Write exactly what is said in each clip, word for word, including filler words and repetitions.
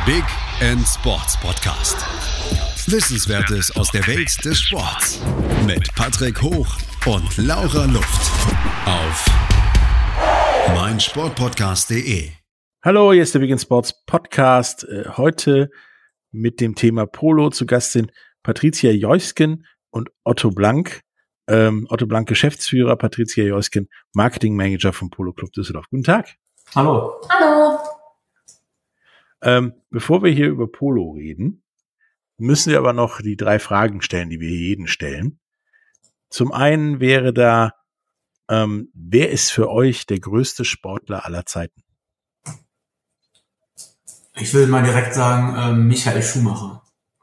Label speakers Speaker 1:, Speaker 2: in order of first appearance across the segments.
Speaker 1: Big End Sports Podcast. Wissenswertes aus der Welt des Sports. Mit Patrick Hoch und Laura Luft. Auf meinsportpodcast punkt de.
Speaker 2: Hallo, hier ist der Big End Sports Podcast. Heute mit dem Thema Polo. Zu Gast sind Patricia Joisgen und Otto Blank. Ähm, Otto Blank, Geschäftsführer, Patricia Joisgen, Marketing Manager vom Polo Club Düsseldorf. Guten Tag.
Speaker 3: Hallo.
Speaker 4: Hallo.
Speaker 2: Ähm, bevor wir hier über Polo reden, müssen wir aber noch die drei Fragen stellen, die wir hier jeden stellen. Zum einen wäre da, ähm, wer ist für euch der größte Sportler aller Zeiten?
Speaker 3: Ich will mal direkt sagen, ähm, Michael Schumacher.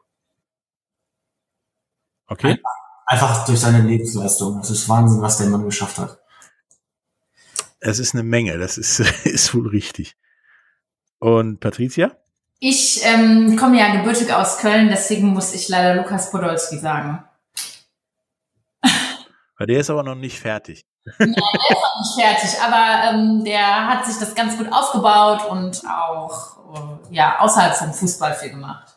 Speaker 2: Okay.
Speaker 3: Einfach, einfach durch seine Lebensleistung. Das ist Wahnsinn, was der Mann geschafft hat.
Speaker 2: Es ist eine Menge, das ist, ist wohl richtig. Und Patricia?
Speaker 4: Ich ähm, komme ja gebürtig aus Köln, deswegen muss ich leider Lukas Podolski sagen.
Speaker 2: Weil der ist aber noch nicht fertig.
Speaker 4: Nein, der ist noch nicht fertig, aber ähm, der hat sich das ganz gut aufgebaut und auch äh, ja außerhalb vom Fußball viel gemacht.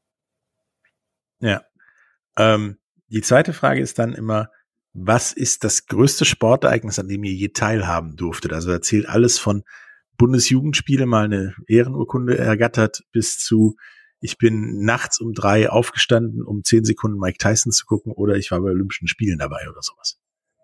Speaker 2: Ja. Ähm, die zweite Frage ist dann immer, was ist das größte Sportereignis, an dem ihr je teilhaben durftet? Also da zählt alles von Bundesjugendspiele, mal eine Ehrenurkunde ergattert, bis zu, ich bin nachts um drei aufgestanden, um zehn Sekunden Mike Tyson zu gucken, oder ich war bei Olympischen Spielen dabei oder sowas.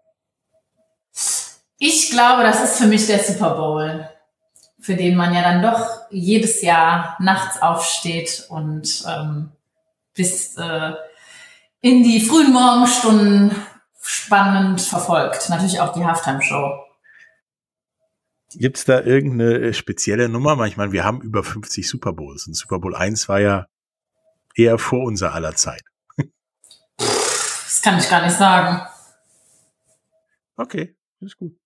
Speaker 4: Ich glaube, das ist für mich der Super Bowl, für den man ja dann doch jedes Jahr nachts aufsteht und ähm, bis äh, in die frühen Morgenstunden spannend verfolgt. Natürlich auch die Halftime-Show.
Speaker 2: Gibt es da irgendeine spezielle Nummer? Ich meine, wir haben über fünfzig Super Bowls und Super Bowl eins war ja eher vor unser aller Zeit.
Speaker 4: Das kann ich gar nicht sagen.
Speaker 2: Okay, ist gut.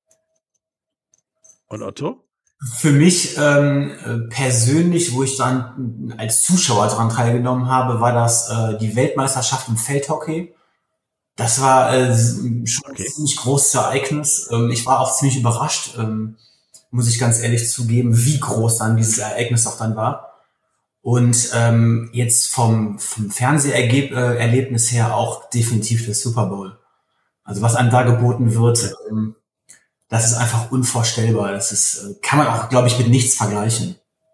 Speaker 2: Und Otto?
Speaker 3: Für mich ähm, persönlich, wo ich dann als Zuschauer daran teilgenommen habe, war das äh, die Weltmeisterschaft im Feldhockey. Das war äh, schon
Speaker 2: Okay.
Speaker 3: ein ziemlich großes Ereignis. Ähm, ich war auch ziemlich überrascht, ähm, muss ich ganz ehrlich zugeben, wie groß dann dieses Ereignis auch dann war. Und ähm, jetzt vom, vom Fernseherlebnis her auch definitiv der Super Bowl. Also was einem da geboten wird, ähm, das ist einfach unvorstellbar. Das ist, kann man auch, glaube ich, mit nichts vergleichen.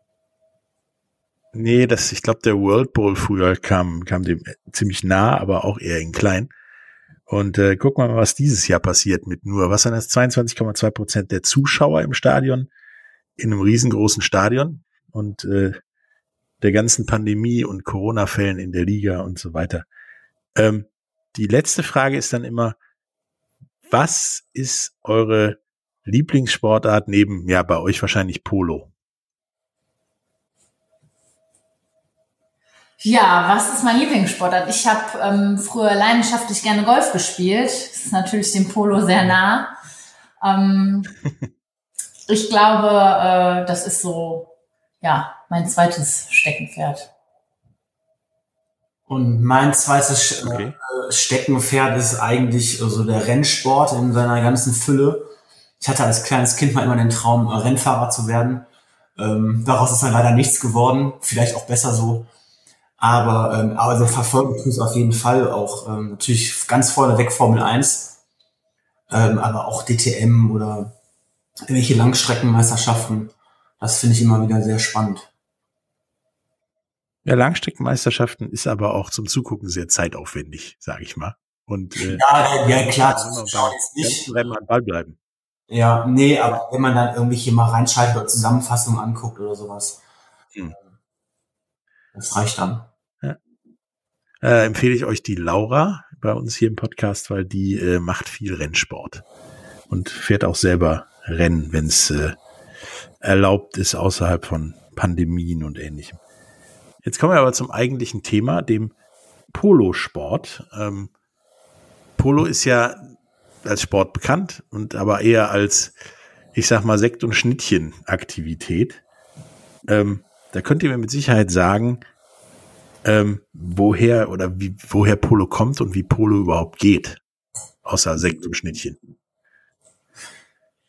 Speaker 2: Nee, das, ich glaube, der World Bowl früher kam, kam dem ziemlich nah, aber auch eher in klein. Und äh, gucken wir mal, was dieses Jahr passiert mit nur, was sind das, zweiundzwanzig Komma zwei Prozent der Zuschauer im Stadion, in einem riesengroßen Stadion und äh, der ganzen Pandemie und Corona-Fällen in der Liga und so weiter. Ähm, die letzte Frage ist dann immer, was ist eure Lieblingssportart neben, ja, bei euch wahrscheinlich Polo?
Speaker 4: Ja, was ist mein Lieblingssportart? Ich habe ähm, früher leidenschaftlich gerne Golf gespielt. Das ist natürlich dem Polo sehr nah. Ähm, ich glaube, äh, das ist so, ja, mein zweites Steckenpferd.
Speaker 3: Und mein zweites
Speaker 2: Okay.
Speaker 3: äh, Steckenpferd ist eigentlich so also der Rennsport in seiner ganzen Fülle. Ich hatte als kleines Kind mal immer den Traum, Rennfahrer zu werden. Ähm, daraus ist dann leider nichts geworden. Vielleicht auch besser so. Aber ähm, also verfolgen tue ich es auf jeden Fall auch ähm, natürlich ganz vorne weg Formel eins, ähm, aber auch D T M oder irgendwelche Langstreckenmeisterschaften. Das finde ich immer wieder sehr spannend.
Speaker 2: Ja, Langstreckenmeisterschaften ist aber auch zum Zugucken sehr zeitaufwendig, sage ich mal. Und äh,
Speaker 3: Ja, ja klar,
Speaker 2: immer
Speaker 3: das schaut jetzt
Speaker 2: beim
Speaker 3: nicht.
Speaker 2: ganzen Rennen am Ball bleiben.
Speaker 3: Ja, nee, aber wenn man dann irgendwelche mal reinschaltet oder Zusammenfassungen anguckt oder sowas,
Speaker 2: Hm.
Speaker 3: das reicht dann.
Speaker 2: Äh, empfehle ich euch die Laura bei uns hier im Podcast, weil die äh, macht viel Rennsport und fährt auch selber Rennen, wenn es äh, erlaubt ist, außerhalb von Pandemien und Ähnlichem. Jetzt kommen wir aber zum eigentlichen Thema, dem Polosport. Ähm, Polo ist ja als Sport bekannt und aber eher als, ich sag mal, Sekt- und Schnittchen-Aktivität. Ähm, da könnt ihr mir mit Sicherheit sagen, ähm, woher oder wie woher Polo kommt und wie Polo überhaupt geht, außer Sekt und Schnittchen.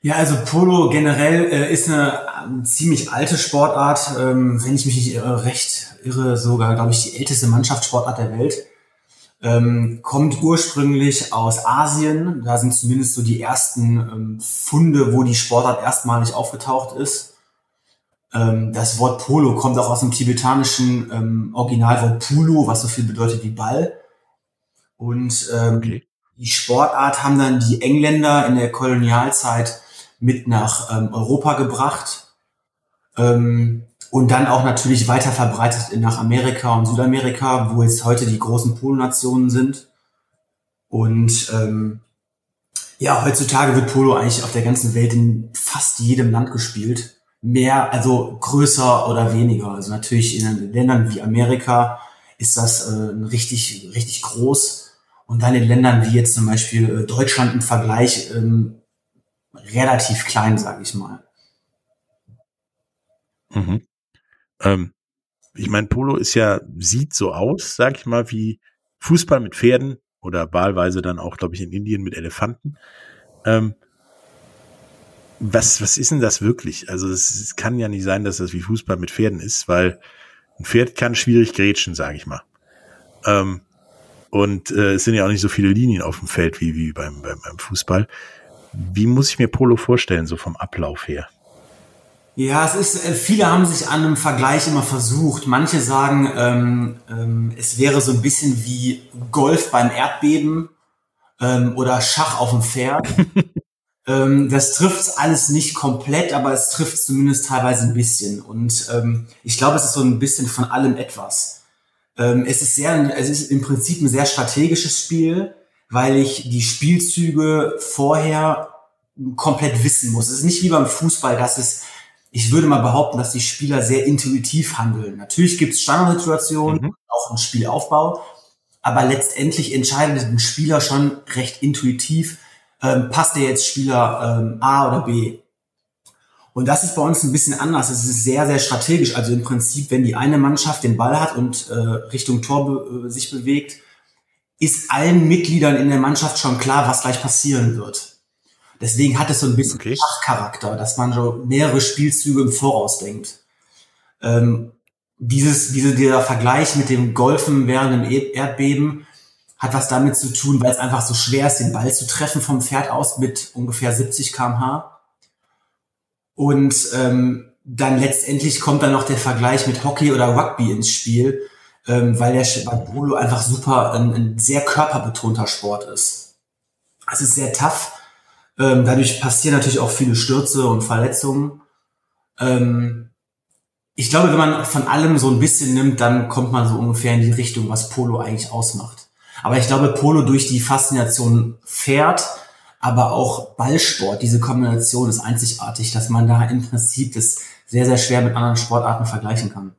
Speaker 3: Ja, also Polo generell äh, ist eine äh, ziemlich alte Sportart. Ähm, wenn ich mich nicht irre, recht irre, sogar, glaube ich, die älteste Mannschaftssportart der Welt. Ähm, kommt ursprünglich aus Asien. Da sind zumindest so die ersten ähm, Funde, wo die Sportart erstmalig aufgetaucht ist. Ähm, das Wort Polo kommt auch aus dem tibetanischen ähm, Originalwort Pulu, was so viel bedeutet wie Ball. Und ähm, okay. Die Sportart haben dann die Engländer in der Kolonialzeit mit nach ähm, Europa gebracht ähm, und dann auch natürlich weiter verbreitet nach Amerika und Südamerika, wo jetzt heute die großen Polo-Nationen sind. Und ähm, ja, heutzutage wird Polo eigentlich auf der ganzen Welt in fast jedem Land gespielt. Mehr, also größer oder weniger. Also natürlich in Ländern wie Amerika ist das äh, richtig, richtig groß. Und dann in Ländern wie jetzt zum Beispiel äh, Deutschland im Vergleich ähm, relativ klein, sage ich mal.
Speaker 2: Mhm. Ähm, ich meine, Polo ist ja, sieht so aus, sag ich mal, wie Fußball mit Pferden oder wahlweise dann auch, glaube ich, in Indien mit Elefanten. Ähm, was, was ist denn das wirklich? Also es kann ja nicht sein, dass das wie Fußball mit Pferden ist, weil ein Pferd kann schwierig grätschen, sage ich mal. Ähm, und äh, es sind ja auch nicht so viele Linien auf dem Feld wie, wie beim, beim, beim Fußball. Wie muss ich mir Polo vorstellen, so vom Ablauf her?
Speaker 3: Ja, es ist, viele haben sich an einem Vergleich immer versucht. Manche sagen, ähm, ähm, es wäre so ein bisschen wie Golf beim Erdbeben ähm, oder Schach auf dem Pferd. ähm, das trifft alles nicht komplett, aber es trifft zumindest teilweise ein bisschen. Und ähm, ich glaube, es ist so ein bisschen von allem etwas. Ähm, es ist sehr, es ist im Prinzip ein sehr strategisches Spiel, weil ich die Spielzüge vorher komplett wissen muss. Es ist nicht wie beim Fußball, dass es Ich würde mal behaupten, dass die Spieler sehr intuitiv handeln. Natürlich gibt es Standardsituationen, mhm. auch einen Spielaufbau, aber letztendlich entscheidet ein Spieler schon recht intuitiv, ähm, passt der jetzt Spieler ähm, A oder B. Und das ist bei uns ein bisschen anders. Es ist sehr, sehr strategisch. Also im Prinzip, wenn die eine Mannschaft den Ball hat und äh, Richtung Tor be- sich bewegt, ist allen Mitgliedern in der Mannschaft schon klar, was gleich passieren wird. Deswegen hat es so ein bisschen okay. Schachcharakter, dass man so mehrere Spielzüge im Voraus denkt. Ähm, dieses, diese, dieser Vergleich mit dem Golfen während dem Erdbeben hat was damit zu tun, weil es einfach so schwer ist, den Ball zu treffen vom Pferd aus mit ungefähr siebzig Kilometer pro Stunde. Und ähm, dann letztendlich kommt dann noch der Vergleich mit Hockey oder Rugby ins Spiel, ähm, weil der beim Polo einfach super ein, ein sehr körperbetonter Sport ist. Es ist sehr tough. Ähm, dadurch passieren natürlich auch viele Stürze und Verletzungen. Ähm, ich glaube, wenn man von allem so ein bisschen nimmt, dann kommt man so ungefähr in die Richtung, was Polo eigentlich ausmacht. Aber ich glaube, Polo durch die Faszination Pferd, aber auch Ballsport, diese Kombination ist einzigartig, dass man da im Prinzip das sehr, sehr schwer mit anderen Sportarten vergleichen kann.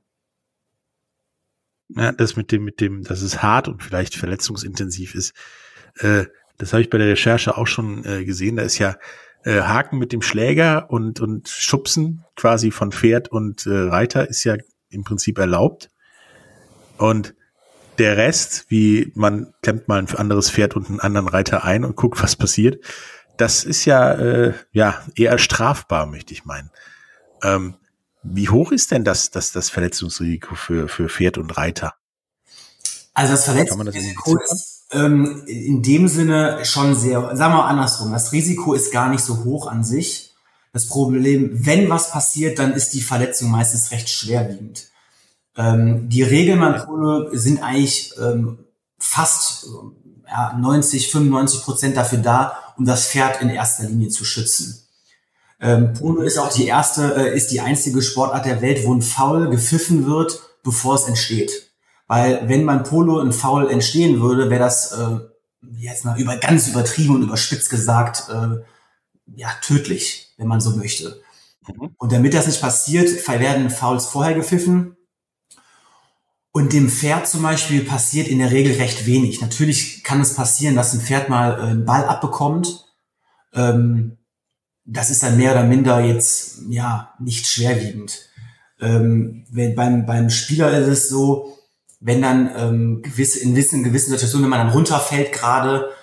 Speaker 2: Ja, das mit dem, mit dem, dass es hart und vielleicht verletzungsintensiv ist, äh, das habe ich bei der Recherche auch schon äh, gesehen. Da ist ja äh, Haken mit dem Schläger und und Schubsen quasi von Pferd und äh, Reiter ist ja im Prinzip erlaubt. Und der Rest, wie man klemmt mal ein anderes Pferd und einen anderen Reiter ein und guckt, was passiert, das ist ja äh, ja eher strafbar, möchte ich meinen. Ähm, wie hoch ist denn das das das Verletzungsrisiko für für Pferd und Reiter?
Speaker 3: Also das Verletzungsrisiko ist ähm, in dem Sinne schon sehr, sagen wir mal andersrum, das Risiko ist gar nicht so hoch an sich. Das Problem, wenn was passiert, dann ist die Verletzung meistens recht schwerwiegend. Ähm, die Regeln beim Polo sind eigentlich ähm, fast ja, neunzig, fünfundneunzig Prozent dafür da, um das Pferd in erster Linie zu schützen. Ähm, Polo ist auch die erste, äh, ist die einzige Sportart der Welt, wo ein Foul gepfiffen wird, bevor es entsteht. Weil wenn beim Polo ein Foul entstehen würde, wäre das äh, jetzt mal über ganz übertrieben und überspitzt gesagt äh, ja tödlich, wenn man so möchte. Mhm. Und damit das nicht passiert, werden Fouls vorher gepfiffen. Und dem Pferd zum Beispiel passiert in der Regel recht wenig. Natürlich kann es passieren, dass ein Pferd mal einen Ball abbekommt. Ähm, das ist dann mehr oder minder jetzt ja nicht schwerwiegend. Ähm, wenn beim beim Spieler ist es so, wenn dann ähm, gewisse in gewissen gewissen Situationen, wenn man dann runterfällt gerade,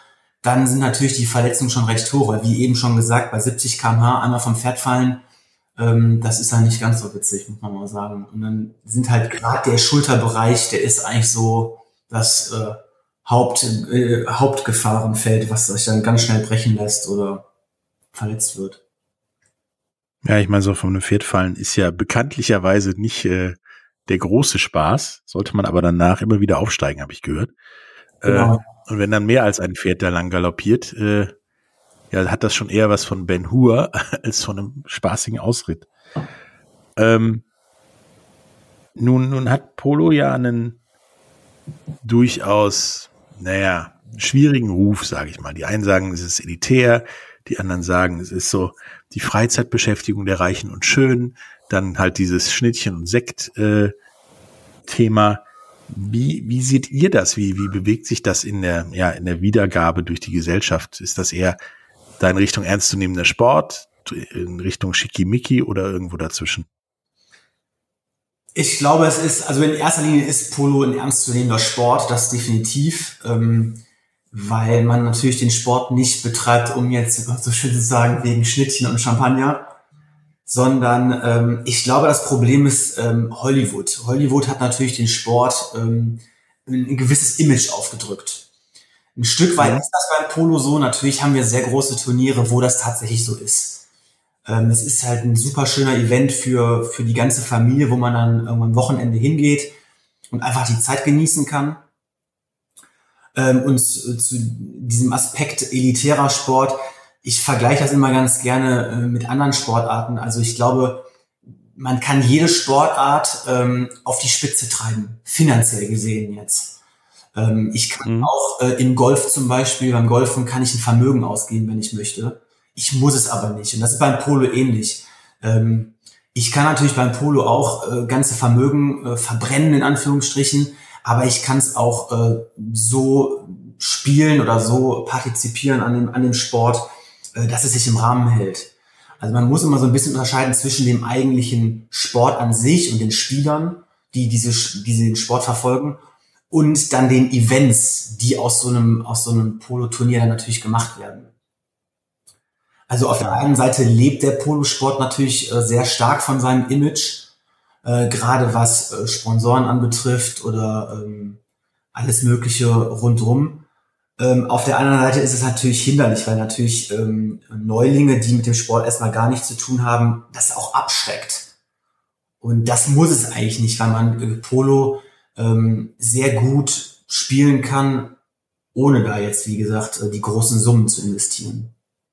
Speaker 3: dann sind natürlich die Verletzungen schon recht hoch, weil wie eben schon gesagt, bei siebzig Kilometer pro Stunde einmal vom Pferd fallen, ähm, das ist dann nicht ganz so witzig, muss man mal sagen. Und dann sind halt gerade der Schulterbereich, der ist eigentlich so das äh, Haupt, äh, Hauptgefahrenfeld, was sich dann ganz schnell brechen lässt oder verletzt wird.
Speaker 2: Ja, ich meine, so von einem Pferd fallen ist ja bekanntlicherweise nicht äh, der große Spaß, sollte man aber danach immer wieder aufsteigen, habe ich gehört.
Speaker 3: Genau.
Speaker 2: Äh, und wenn dann mehr als ein Pferd da lang galoppiert, äh, ja, hat das schon eher was von Ben Hur als von einem spaßigen Ausritt. Ähm, nun, nun hat Polo ja einen durchaus, naja, schwierigen Ruf, sage ich mal. Die einen sagen, es ist elitär, die anderen sagen, es ist so die Freizeitbeschäftigung der Reichen und Schönen, dann halt dieses Schnittchen- und Sekt-Thema. Äh, wie, wie seht ihr das? Wie, wie bewegt sich das in der, ja, in der Wiedergabe durch die Gesellschaft? Ist das eher da in Richtung ernstzunehmender Sport, in Richtung Schickimicki oder irgendwo dazwischen?
Speaker 3: Ich glaube, es ist, also in erster Linie ist Polo ein ernstzunehmender Sport, das definitiv, ähm, weil man natürlich den Sport nicht betreibt, um jetzt so schön zu sagen, wegen Schnittchen und Champagner, sondern ähm, ich glaube, das Problem ist ähm, Hollywood. Hollywood hat natürlich den Sport ähm, ein gewisses Image aufgedrückt. Ein Stück weit ist das beim Polo so. Natürlich haben wir sehr große Turniere, wo das tatsächlich so ist. Ähm, es ist halt ein super schöner Event für für die ganze Familie, wo man dann irgendwann am Wochenende hingeht und einfach die Zeit genießen kann. Ähm, und zu, zu diesem Aspekt elitärer Sport, ich vergleiche das immer ganz gerne äh, mit anderen Sportarten. Also ich glaube, man kann jede Sportart ähm, auf die Spitze treiben, finanziell gesehen jetzt. Ähm, ich kann mhm. auch äh, im Golf zum Beispiel, beim Golfen kann ich ein Vermögen ausgeben, wenn ich möchte. Ich muss es aber nicht. Und das ist beim Polo ähnlich. Ähm, ich kann natürlich beim Polo auch äh, ganze Vermögen äh, verbrennen, in Anführungsstrichen, aber ich kann es auch äh, so spielen oder so partizipieren an dem, an dem Sport, äh, dass es sich im Rahmen hält. Also man muss immer so ein bisschen unterscheiden zwischen dem eigentlichen Sport an sich und den Spielern, die diese, die den Sport verfolgen, und dann den Events, die aus so einem, aus so einem Polo-Turnier dann natürlich gemacht werden. Also auf der einen Seite lebt der Polosport natürlich äh, sehr stark von seinem Image, äh, gerade was äh, Sponsoren anbetrifft oder ähm, alles Mögliche rundrum. Ähm, auf der anderen Seite ist es natürlich hinderlich, weil natürlich ähm, Neulinge, die mit dem Sport erstmal gar nichts zu tun haben, das auch abschreckt. Und das muss es eigentlich nicht, weil man äh, Polo ähm, sehr gut spielen kann, ohne da jetzt, wie gesagt, äh, die großen Summen zu investieren.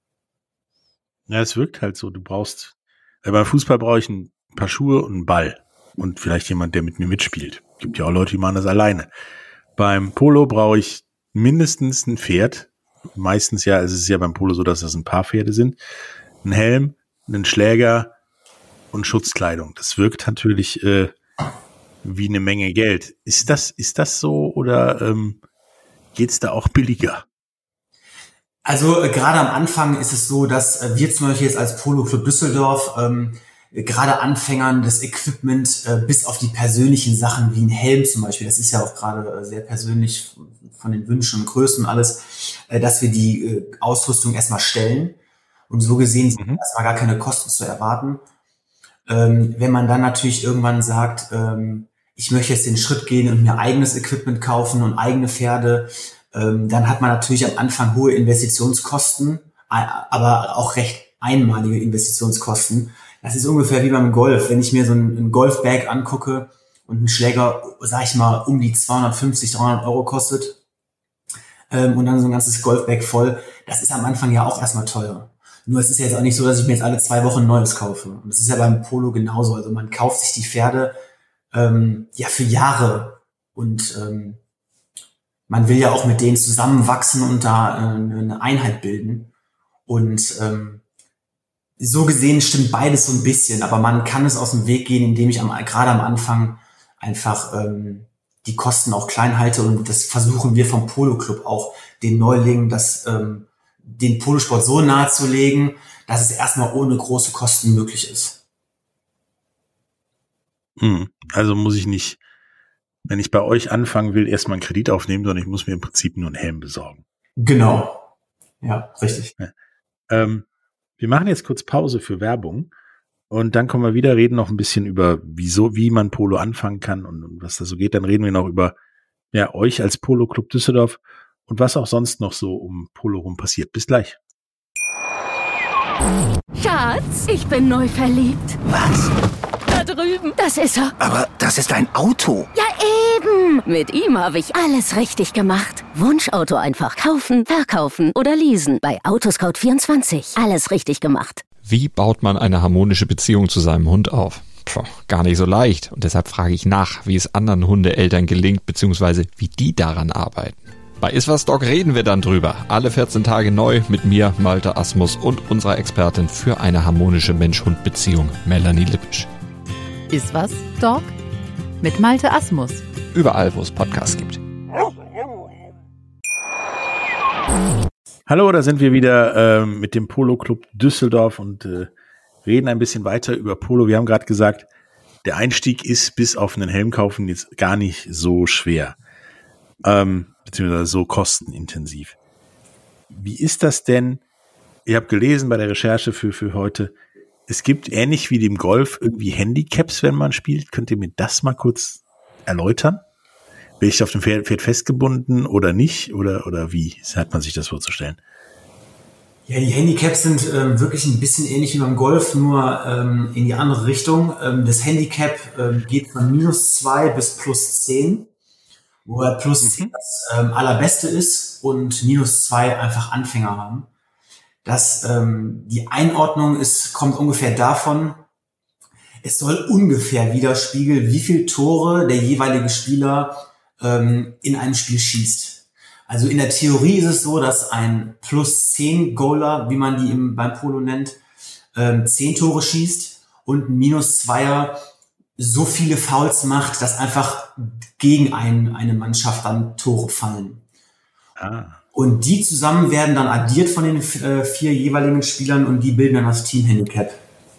Speaker 2: Ja, es wirkt halt so. Du brauchst, äh, beim Fußball brauche ich ein paar Schuhe und einen Ball und vielleicht jemand, der mit mir mitspielt. Gibt ja auch Leute, die machen das alleine. Beim Polo brauche ich mindestens ein Pferd. Meistens ja, es ist ja beim Polo so, dass das ein paar Pferde sind. Ein Helm, einen Schläger und Schutzkleidung. Das wirkt natürlich äh, wie eine Menge Geld. Ist das, ist das so oder ähm, geht's da auch billiger?
Speaker 3: Also äh, gerade am Anfang ist es so, dass äh, wir zum Beispiel jetzt als Polo Club Düsseldorf ähm, gerade Anfängern das Equipment äh, bis auf die persönlichen Sachen wie ein Helm zum Beispiel, das ist ja auch gerade äh, sehr persönlich von den Wünschen und Größen und alles, äh, dass wir die äh, Ausrüstung erstmal stellen und so gesehen sind mhm. erstmal gar keine Kosten zu erwarten. Ähm, wenn man dann natürlich irgendwann sagt, ähm, ich möchte jetzt den Schritt gehen und mir eigenes Equipment kaufen und eigene Pferde, ähm, dann hat man natürlich am Anfang hohe Investitionskosten, aber auch recht einmalige Investitionskosten. Das ist ungefähr wie beim Golf. Wenn ich mir so ein, ein Golfbag angucke und einen Schläger, sag ich mal, um die zweihundertfünfzig, dreihundert Euro kostet ähm, und dann so ein ganzes Golfbag voll, das ist am Anfang ja auch erstmal teuer. Nur es ist ja jetzt auch nicht so, dass ich mir jetzt alle zwei Wochen ein neues kaufe. Und das ist ja beim Polo genauso. Also man kauft sich die Pferde ähm, ja für Jahre und ähm, man will ja auch mit denen zusammenwachsen und da äh, eine Einheit bilden. Und ähm, so gesehen stimmt beides so ein bisschen, aber man kann es aus dem Weg gehen, indem ich am, gerade am Anfang einfach ähm, die Kosten auch klein halte. Und das versuchen wir vom Polo Club auch, den Neulingen das, ähm, den Polosport so nahezulegen, dass es erstmal ohne große Kosten möglich ist.
Speaker 2: Hm, also muss ich nicht, wenn ich bei euch anfangen will, erstmal einen Kredit aufnehmen, sondern ich muss mir im Prinzip nur einen Helm besorgen.
Speaker 3: Genau. Ja, richtig.
Speaker 2: Ja. Ähm, wir machen jetzt kurz Pause für Werbung und dann kommen wir wieder, reden noch ein bisschen über wieso, wie man Polo anfangen kann und, und was da so geht. Dann reden wir noch über ja, euch als Polo Club Düsseldorf und was auch sonst noch so um Polo rum passiert. Bis gleich.
Speaker 5: Schatz, ich bin neu verliebt.
Speaker 6: Was?
Speaker 5: Da drüben. Das ist er.
Speaker 6: Aber das ist ein Auto.
Speaker 5: Ja, eben. Mit ihm habe ich alles richtig gemacht. Wunschauto einfach kaufen, verkaufen oder leasen. Bei Autoscout vierundzwanzig. Alles richtig gemacht.
Speaker 7: Wie baut man eine harmonische Beziehung zu seinem Hund auf? Puh, gar nicht so leicht. Und deshalb frage ich nach, wie es anderen Hundeeltern gelingt, beziehungsweise wie die daran arbeiten. Bei Iswas Dog reden wir dann drüber. Alle vierzehn Tage neu mit mir, Malte Asmus und unserer Expertin für eine harmonische Mensch-Hund-Beziehung, Melanie Lippisch.
Speaker 8: Iswas Dog mit Malte Asmus.
Speaker 7: Überall, wo es Podcasts gibt.
Speaker 2: Hallo, da sind wir wieder äh, mit dem Polo Club Düsseldorf und äh, reden ein bisschen weiter über Polo. Wir haben gerade gesagt, der Einstieg ist bis auf einen Helm kaufen jetzt gar nicht so schwer, ähm, beziehungsweise so kostenintensiv. Wie ist das denn? Ich habe gelesen bei der Recherche für für heute, es gibt ähnlich wie dem Golf irgendwie Handicaps, wenn man spielt. Könnt ihr mir das mal kurz erläutern? Bin ich auf dem Pferd, Pferd festgebunden oder nicht? Oder, oder wie hat man sich das vorzustellen?
Speaker 3: Ja, die Handicaps sind ähm, wirklich ein bisschen ähnlich wie beim Golf, nur ähm, in die andere Richtung. Ähm, das Handicap ähm, geht von minus zwei bis plus zehn, wo halt plus mhm. zehn das ähm, allerbeste ist und minus zwei einfach Anfänger haben. Das, ähm, die Einordnung ist, kommt ungefähr davon, es soll ungefähr widerspiegeln, wie viele Tore der jeweilige Spieler ähm, in einem Spiel schießt. Also in der Theorie ist es so, dass ein plus zehn Goaler, wie man die im, beim Polo nennt, ähm, zehn Tore schießt und ein minus zweier so viele Fouls macht, dass einfach gegen ein, eine Mannschaft dann Tore fallen.
Speaker 2: Ah.
Speaker 3: Und die zusammen werden dann addiert von den äh, vier jeweiligen Spielern und die bilden dann das Team-Handicap.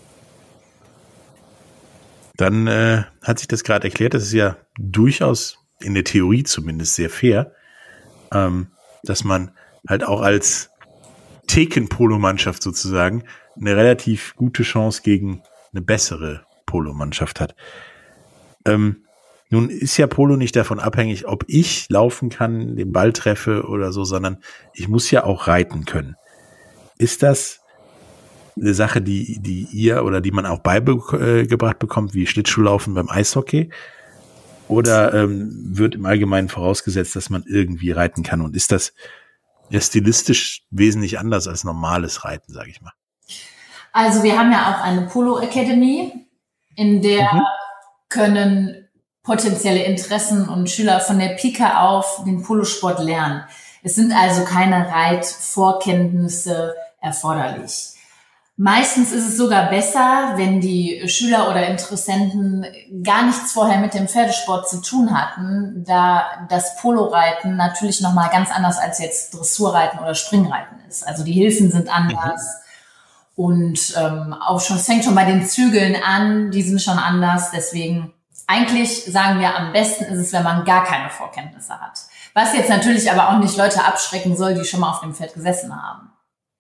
Speaker 2: Dann äh, hat sich das gerade erklärt, das ist ja durchaus in der Theorie zumindest sehr fair, ähm, dass man halt auch als Theken-Polo-Mannschaft sozusagen eine relativ gute Chance gegen eine bessere Polo-Mannschaft hat. Ähm, nun ist ja Polo nicht davon abhängig, ob ich laufen kann, den Ball treffe oder so, sondern ich muss ja auch reiten können. Ist das eine Sache, die, die ihr oder die man auch beigebracht bekommt, wie Schlittschuhlaufen beim Eishockey? Oder ähm, wird im Allgemeinen vorausgesetzt, dass man irgendwie reiten kann? Und ist das ja stilistisch wesentlich anders als normales Reiten, sage ich mal?
Speaker 4: Also wir haben ja auch eine Polo Academy, in der mhm. können potenzielle Interessen und Schüler von der Pike auf den Polosport lernen. Es sind also keine Reitvorkenntnisse erforderlich. Meistens ist es sogar besser, wenn die Schüler oder Interessenten gar nichts vorher mit dem Pferdesport zu tun hatten, da das Poloreiten natürlich nochmal ganz anders als jetzt Dressurreiten oder Springreiten ist. Also die Hilfen sind anders mhm. und ähm, auch schon, es fängt schon bei den Zügeln an, die sind schon anders. Deswegen eigentlich sagen wir, am besten ist es, wenn man gar keine Vorkenntnisse hat. Was jetzt natürlich aber auch nicht Leute abschrecken soll, die schon mal auf dem Pferd gesessen haben.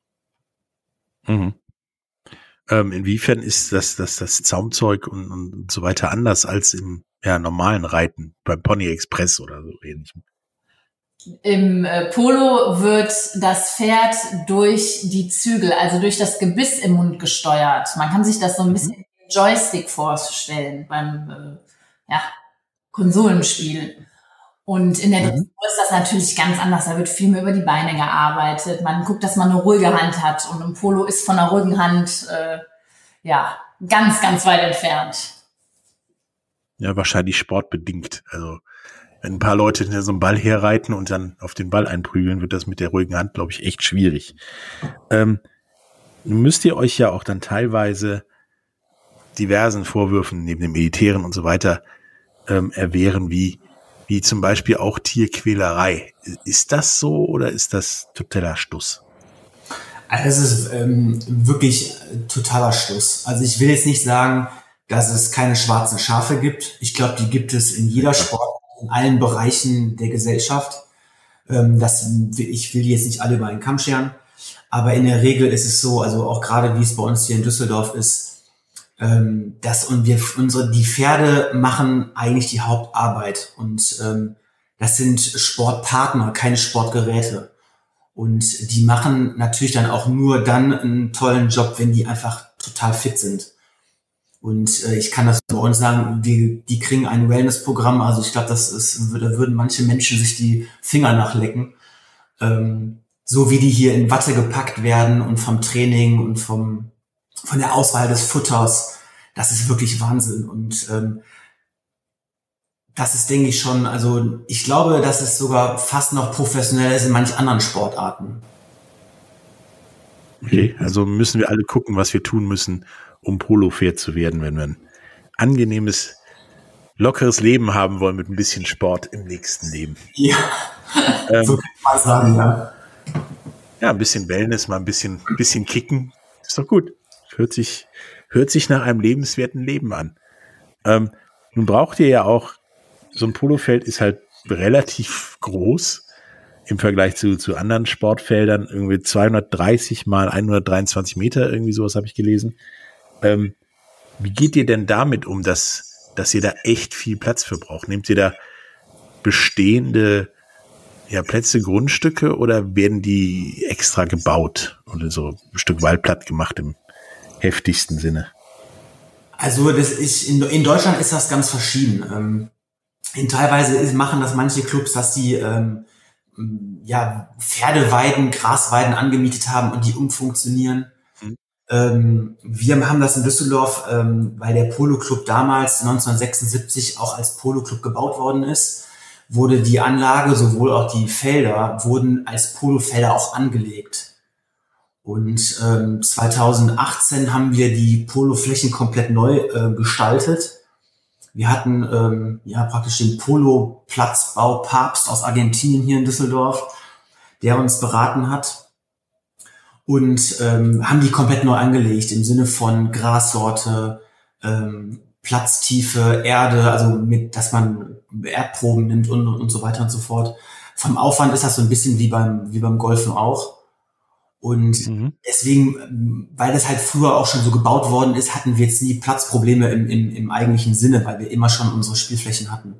Speaker 2: Mhm. Ähm, inwiefern ist das, das, das Zaumzeug und, und so weiter anders als im ja, normalen Reiten, beim Pony Express oder so ähnlich?
Speaker 4: Im äh, Polo wird das Pferd durch die Zügel, also durch das Gebiss im Mund gesteuert. Man kann sich das so ein bisschen mhm. Joystick vorstellen beim äh, ja, Konsolenspiel. Und in der Dressur mhm. ist das natürlich ganz anders. Da wird viel mehr über die Beine gearbeitet. Man guckt, dass man eine ruhige Hand hat. Und im Polo ist von einer ruhigen Hand äh, ja ganz, ganz weit entfernt.
Speaker 2: Ja, wahrscheinlich sportbedingt. Also wenn ein paar Leute so einen Ball herreiten und dann auf den Ball einprügeln, wird das mit der ruhigen Hand, glaube ich, echt schwierig. Ähm, müsst ihr euch ja auch dann teilweise diversen Vorwürfen neben dem Militären und so weiter ähm, erwehren, wie wie zum Beispiel auch Tierquälerei. Ist das so oder ist das totaler Stuss?
Speaker 3: Also es ist ähm, wirklich totaler Stuss. Also ich will jetzt nicht sagen, dass es keine schwarzen Schafe gibt. Ich glaube, die gibt es in jeder Sport, in allen Bereichen der Gesellschaft. Ähm, das, ich will die jetzt nicht alle über einen Kamm scheren. Aber in der Regel ist es so, also auch gerade wie es bei uns hier in Düsseldorf ist, ähm, dass und wir unsere die Pferde machen eigentlich die Hauptarbeit und ähm, das sind Sportpartner, keine Sportgeräte. Und die machen natürlich dann auch nur dann einen tollen Job, wenn die einfach total fit sind. Und äh, ich kann das bei uns sagen, die, die kriegen ein Wellness-Programm. Also ich glaube, das ist, da würden manche Menschen sich die Finger nachlecken. Ähm, so wie die hier in Watte gepackt werden und vom Training und vom von der Auswahl des Futters. Das ist wirklich Wahnsinn. Und ähm, das ist, denke ich, schon, also ich glaube, dass es sogar fast noch professioneller ist in manch anderen Sportarten.
Speaker 2: Okay, also müssen wir alle gucken, was wir tun müssen, um Polo-Pferd zu werden, wenn wir ein angenehmes, lockeres Leben haben wollen mit ein bisschen Sport im nächsten Leben.
Speaker 3: Ja,
Speaker 2: ähm,
Speaker 3: so kann man sagen, ja.
Speaker 2: Ja, ein bisschen Wellness, mal ein bisschen, ein bisschen kicken, ist doch gut. Hört sich, hört sich nach einem lebenswerten Leben an. Ähm, nun braucht ihr ja auch, so ein Polofeld ist halt relativ groß im Vergleich zu, zu anderen Sportfeldern, irgendwie zweihundertdreißig mal hundertdreiundzwanzig Meter, irgendwie sowas habe ich gelesen. Ähm, wie geht ihr denn damit um, dass, dass ihr da echt viel Platz für braucht? Nehmt ihr da bestehende ja, Plätze, Grundstücke oder werden die extra gebaut oder so ein Stück Wald platt gemacht im heftigsten Sinne?
Speaker 3: Also das ist, in, in Deutschland ist das ganz verschieden. Ähm, in teilweise ist, machen das manche Clubs, dass sie ähm, ja, Pferdeweiden, Grasweiden angemietet haben und die umfunktionieren. Mhm. Ähm, wir haben das in Düsseldorf, ähm, weil der Polo-Club damals neunzehnhundertsechsundsiebzig auch als Polo-Club gebaut worden ist, wurde die Anlage, sowohl auch die Felder, wurden als Polofelder auch angelegt. Und ähm, zweitausendachtzehn haben wir die Poloflächen komplett neu äh, gestaltet. Wir hatten ähm, ja praktisch den Polo-Platzbau Papst aus Argentinien hier in Düsseldorf, der uns beraten hat. Und ähm, haben die komplett neu angelegt im Sinne von Grassorte, ähm, Platztiefe, Erde, also mit, dass man Erdproben nimmt und, und so weiter und so fort. Vom Aufwand ist das so ein bisschen wie beim, wie beim Golfen auch. Und mhm. deswegen, weil das halt früher auch schon so gebaut worden ist, hatten wir jetzt nie Platzprobleme im, im, im eigentlichen Sinne, weil wir immer schon unsere Spielflächen hatten.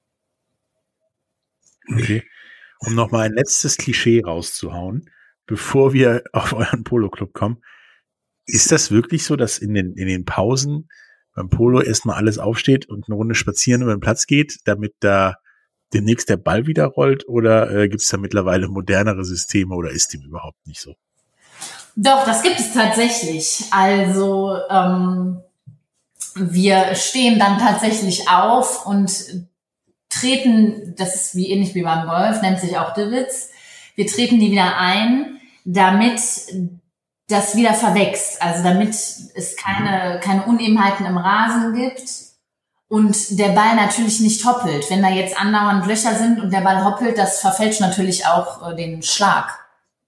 Speaker 2: Okay. Um nochmal ein letztes Klischee rauszuhauen, bevor wir auf euren Polo-Club kommen. Ist das wirklich so, dass in den, in den Pausen beim Polo erstmal alles aufsteht und eine Runde spazieren über den Platz geht, damit da demnächst der Ball wieder rollt? Oder äh, gibt es da mittlerweile modernere Systeme oder ist dem überhaupt nicht so?
Speaker 4: Doch, das gibt es tatsächlich. Also ähm, wir stehen dann tatsächlich auf und treten, das ist wie ähnlich wie beim Golf, nennt sich auch Divots, wir treten die wieder ein, damit das wieder verwächst, also damit es keine, keine Unebenheiten im Rasen gibt und der Ball natürlich nicht hoppelt. Wenn da jetzt andauernd Löcher sind und der Ball hoppelt, das verfälscht natürlich auch äh, den Schlag.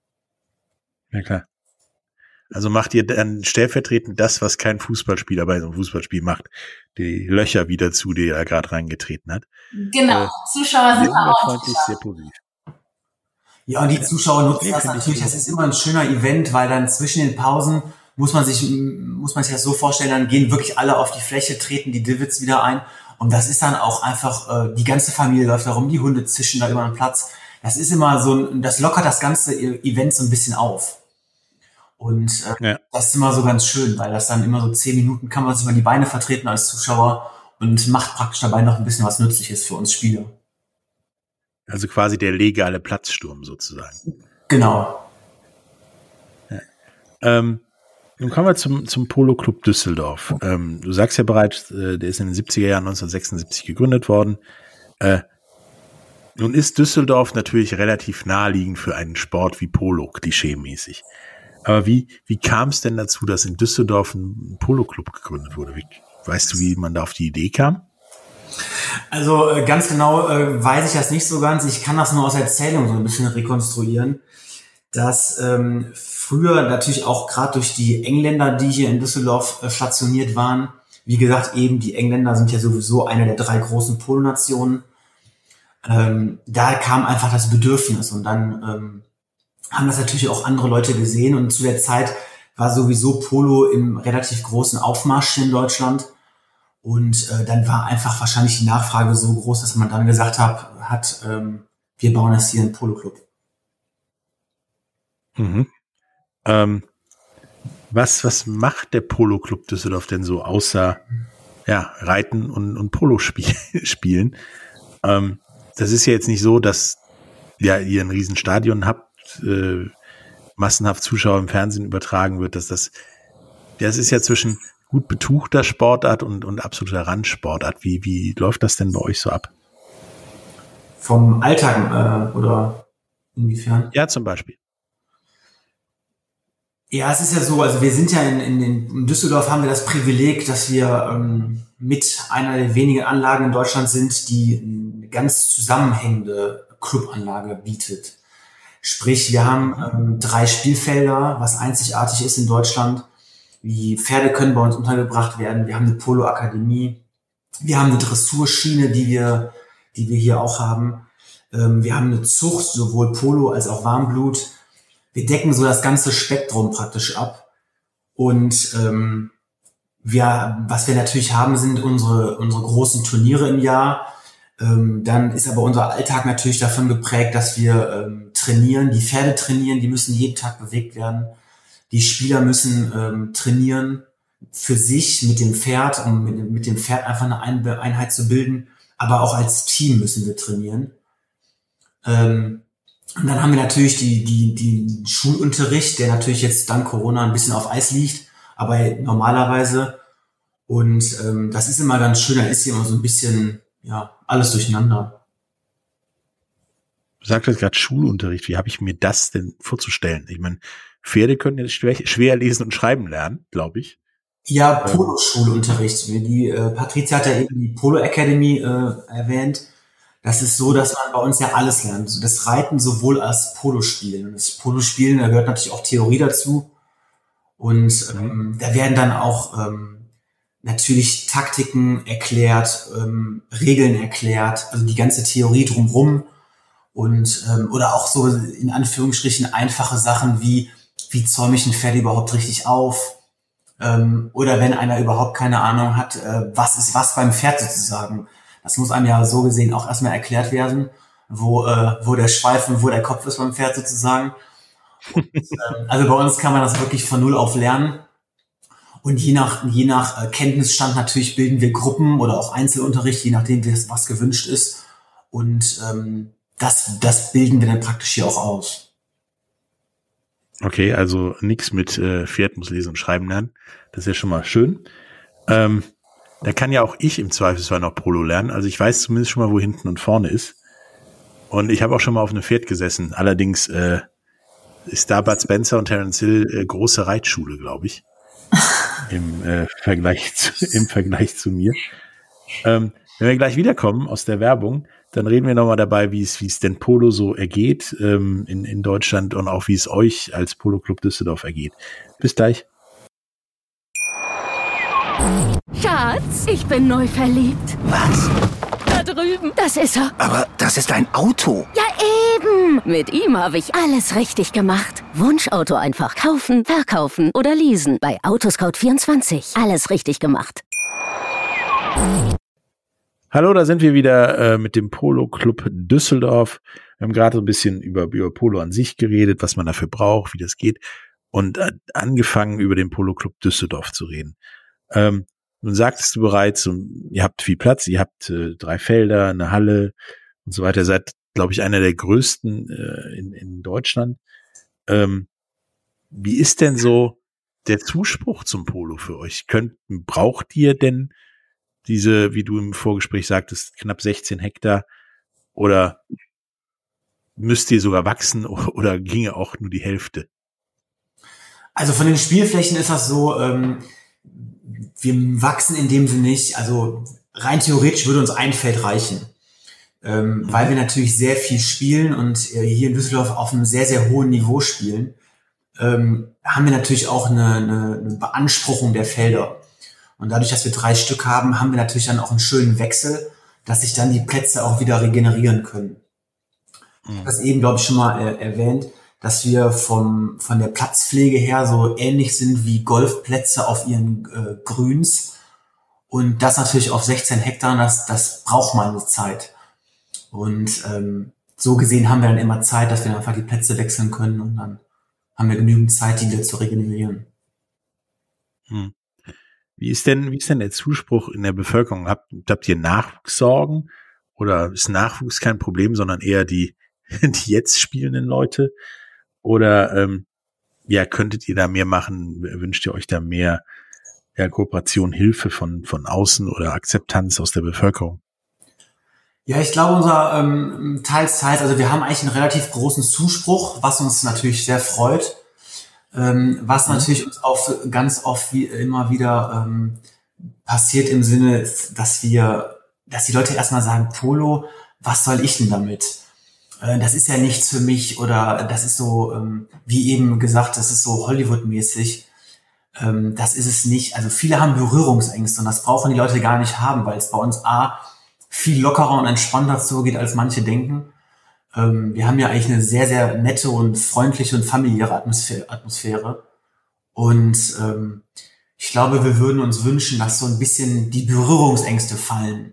Speaker 2: Ja, klar. Also macht ihr dann stellvertretend das, was kein Fußballspieler bei so einem Fußballspiel macht, die Löcher wieder zu, die er gerade reingetreten hat.
Speaker 4: Genau, äh, Zuschauer sind auch
Speaker 2: sehr positiv.
Speaker 3: Ja, und die Zuschauer nutzen nee, das natürlich. Das ist immer ein schöner Event, weil dann zwischen den Pausen muss man sich, muss man sich das so vorstellen, dann gehen wirklich alle auf die Fläche, treten die Divots wieder ein. Und das ist dann auch einfach, äh, die ganze Familie läuft da rum, die Hunde zischen da über den Platz. Das ist immer so, das lockert das ganze Event so ein bisschen auf. Und äh, ja. das ist immer so ganz schön, weil das dann immer so zehn Minuten kann man sich über die Beine vertreten als Zuschauer und macht praktisch dabei noch ein bisschen was Nützliches für uns Spieler.
Speaker 2: Also quasi der legale Platzsturm sozusagen.
Speaker 3: Genau.
Speaker 2: Ja. Ähm, nun kommen wir zum, zum Polo-Club Düsseldorf. Ähm, du sagst ja bereits, äh, der ist in den siebziger Jahren neunzehnhundertsechsundsiebzig gegründet worden. Äh, nun ist Düsseldorf natürlich relativ naheliegend für einen Sport wie Polo, klischeemäßig. Aber wie, wie kam es denn dazu, dass in Düsseldorf ein Polo-Club gegründet wurde? Wie, weißt du, wie man da auf die Idee kam?
Speaker 3: Also äh, ganz genau äh, weiß ich das nicht so ganz. Ich kann das nur aus Erzählung so ein bisschen rekonstruieren, dass ähm, früher natürlich auch gerade durch die Engländer, die hier in Düsseldorf äh, stationiert waren, wie gesagt, eben die Engländer sind ja sowieso eine der drei großen Polonationen, ähm, da kam einfach das Bedürfnis und dann ähm, haben das natürlich auch andere Leute gesehen und zu der Zeit war sowieso Polo im relativ großen Aufmarsch in Deutschland und äh, dann war einfach wahrscheinlich die Nachfrage so groß, dass man dann gesagt hat, hat ähm, wir bauen das hier einen Polo-Club.
Speaker 2: Mhm. Ähm, was, was macht der Polo-Club Düsseldorf denn so, außer ja, Reiten und, und Polo spiel, spielen? Ähm, das ist ja jetzt nicht so, dass ja, ihr ein Riesenstadion habt, äh, massenhaft Zuschauer im Fernsehen übertragen wird, dass das, das ist ja zwischen gut betuchter Sportart und, und absoluter Randsportart. Wie, wie läuft das denn bei euch so ab?
Speaker 3: Vom Alltag äh, oder inwiefern?
Speaker 2: Ja, zum Beispiel.
Speaker 3: Ja, es ist ja so, also wir sind ja in, in, in Düsseldorf haben wir das Privileg, dass wir ähm, mit einer der wenigen Anlagen in Deutschland sind, die eine ganz zusammenhängende Clubanlage bietet. Sprich, wir haben ähm, drei Spielfelder, was einzigartig ist in Deutschland. Die Pferde können bei uns untergebracht werden. Wir haben eine Polo-Akademie. Wir haben eine Dressurschiene, die wir, die wir hier auch haben. Ähm, wir haben eine Zucht, sowohl Polo als auch Warmblut. Wir decken so das ganze Spektrum praktisch ab. Und ähm, wir, was wir natürlich haben, sind unsere, unsere großen Turniere im Jahr. Ähm, dann ist aber unser Alltag natürlich davon geprägt, dass wir ähm, trainieren, die Pferde trainieren, die müssen jeden Tag bewegt werden. Die Spieler müssen ähm, trainieren für sich mit dem Pferd, um mit, mit dem Pferd einfach eine Ein- Einheit zu bilden. Aber auch als Team müssen wir trainieren. Ähm, und dann haben wir natürlich die, die, die Schulunterricht, der natürlich jetzt dank Corona ein bisschen auf Eis liegt, aber normalerweise. Und ähm, das ist immer ganz schön, da ist hier immer so ein bisschen, ja, alles durcheinander.
Speaker 2: Du sagtest gerade Schulunterricht. Wie habe ich mir das denn vorzustellen? Ich meine, Pferde können jetzt schwer, schwer lesen und schreiben lernen, glaube ich.
Speaker 3: Ja, Polo-Schulunterricht. Die äh, Patricia hat ja eben die Polo-Academy äh, erwähnt. Das ist so, dass man bei uns ja alles lernt. Das Reiten sowohl als Polospielen. Und das Polospielen, da gehört natürlich auch Theorie dazu. Und ähm, da werden dann auch ähm, natürlich Taktiken erklärt, ähm, Regeln erklärt, also die ganze Theorie drumherum. Und ähm, oder auch so in Anführungsstrichen einfache Sachen wie, wie zäume ich ein Pferd überhaupt richtig auf? Ähm, oder wenn einer überhaupt keine Ahnung hat, äh, was ist was beim Pferd sozusagen. Das muss einem ja so gesehen auch erstmal erklärt werden, wo, äh, wo der Schweif und wo der Kopf ist beim Pferd sozusagen. Und, ähm, also bei uns kann man das wirklich von null auf lernen. Und je nach, je nach äh, Kenntnisstand natürlich bilden wir Gruppen oder auch Einzelunterricht, je nachdem, was gewünscht ist. Und ähm, das, das bilden wir dann praktisch hier auch aus.
Speaker 2: Okay, also nichts mit äh, Pferd muss lesen und schreiben lernen. Das ist ja schon mal schön. Ähm, da kann ja auch ich im Zweifelsfall noch Polo lernen. Also ich weiß zumindest schon mal, wo hinten und vorne ist. Und ich habe auch schon mal auf einem Pferd gesessen. Allerdings äh, ist da Bud Spencer und Terence Hill äh, große Reitschule, glaube ich. Im äh, Vergleich zu, im Vergleich zu mir. Ähm, wenn wir gleich wiederkommen aus der Werbung, dann reden wir nochmal dabei, wie es wie es denn Polo so ergeht ähm, in, in Deutschland und auch wie es euch als Polo-Club Düsseldorf ergeht. Bis gleich.
Speaker 5: Schatz, ich bin neu verliebt.
Speaker 6: Was?
Speaker 5: Da drüben. Das ist er.
Speaker 6: Aber das ist ein Auto.
Speaker 5: Ja, eben. Mit ihm habe ich alles richtig gemacht. Wunschauto einfach kaufen, verkaufen oder leasen. Bei Autoscout vierundzwanzig. Alles richtig gemacht.
Speaker 2: Hallo, da sind wir wieder äh, mit dem Polo-Club Düsseldorf. Wir haben gerade so ein bisschen über, über Polo an sich geredet, was man dafür braucht, wie das geht. Und äh, angefangen, über den Polo-Club Düsseldorf zu reden. Ähm, nun sagtest du bereits, ihr habt viel Platz, ihr habt äh, drei Felder, eine Halle und so weiter. Ihr seid, glaube ich, einer der größten äh, in, in Deutschland. Ähm, wie ist denn so der Zuspruch zum Polo für euch? Könnt, braucht ihr denn diese, wie du im Vorgespräch sagtest, knapp sechzehn Hektar, oder müsst ihr sogar wachsen oder ginge auch nur die Hälfte?
Speaker 3: Also von den Spielflächen ist das so, ähm, wir wachsen in dem Sinne nicht. Also rein theoretisch würde uns ein Feld reichen, ähm, weil wir natürlich sehr viel spielen und äh, hier in Düsseldorf auf einem sehr, sehr hohen Niveau spielen, ähm, haben wir natürlich auch eine, eine, eine Beanspruchung der Felder. Und dadurch, dass wir drei Stück haben, haben wir natürlich dann auch einen schönen Wechsel, dass sich dann die Plätze auch wieder regenerieren können. Ich habe das eben, glaube ich, schon mal äh, erwähnt. dass wir vom von der Platzpflege her so ähnlich sind wie Golfplätze auf ihren äh, Grüns. Und das natürlich auf sechzehn Hektar, das, das braucht mal eine Zeit. Und ähm, so gesehen haben wir dann immer Zeit, dass wir dann einfach die Plätze wechseln können und dann haben wir genügend Zeit, die wieder zu regenerieren.
Speaker 2: Hm. Wie ist denn, wie ist denn der Zuspruch in der Bevölkerung? Habt, habt ihr Nachwuchssorgen oder ist Nachwuchs kein Problem, sondern eher die, die jetzt spielenden Leute? Oder ähm, ja, könntet ihr da mehr machen? Wünscht ihr euch da mehr ja, Kooperation, Hilfe von von außen oder Akzeptanz aus der Bevölkerung?
Speaker 3: Ja, ich glaube, unser ähm, teils, teils, also wir haben eigentlich einen relativ großen Zuspruch, was uns natürlich sehr freut. Ähm, was mhm. natürlich uns auch ganz oft wie immer wieder ähm, passiert im Sinne, dass wir, dass die Leute erstmal sagen, Polo, was soll ich denn damit? Äh, das ist ja nichts für mich oder das ist so, ähm, wie eben gesagt, das ist so Hollywood-mäßig. Ähm, das ist es nicht. Also viele haben Berührungsängste und das brauchen die Leute gar nicht haben, weil es bei uns A, viel lockerer und entspannter zugeht, als manche denken. Ähm, wir haben ja eigentlich eine sehr, sehr nette und freundliche und familiäre Atmosphäre. Atmosphäre. Und ähm, ich glaube, wir würden uns wünschen, dass so ein bisschen die Berührungsängste fallen.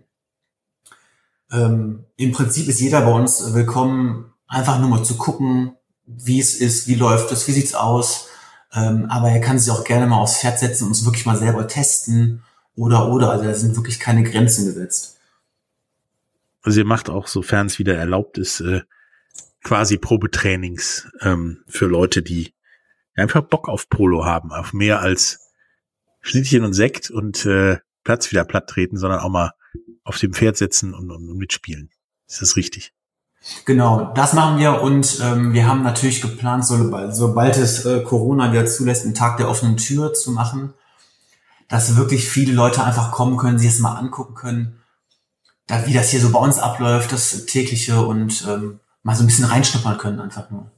Speaker 3: Ähm, im Prinzip ist jeder bei uns willkommen, einfach nur mal zu gucken, wie es ist, wie läuft es, wie sieht's aus. Ähm, aber er kann sich auch gerne mal aufs Pferd setzen und es wirklich mal selber testen oder, oder. Also da sind wirklich keine Grenzen gesetzt.
Speaker 2: Also ihr macht auch, sofern es wieder erlaubt ist, äh, quasi Probetrainings ähm, für Leute, die einfach Bock auf Polo haben, auf mehr als Schnittchen und Sekt und äh, Platz wieder platt treten, sondern auch mal auf dem Pferd sitzen und, und, und mitspielen. Ist das richtig?
Speaker 3: Genau, das machen wir und ähm, wir haben natürlich geplant, sobald, sobald es äh, Corona wieder zulässt, einen Tag der offenen Tür zu machen, dass wirklich viele Leute einfach kommen können, sich das mal angucken können, da wie das hier so bei uns abläuft, das tägliche und ähm, mal so ein bisschen reinschnuppern können einfach nur.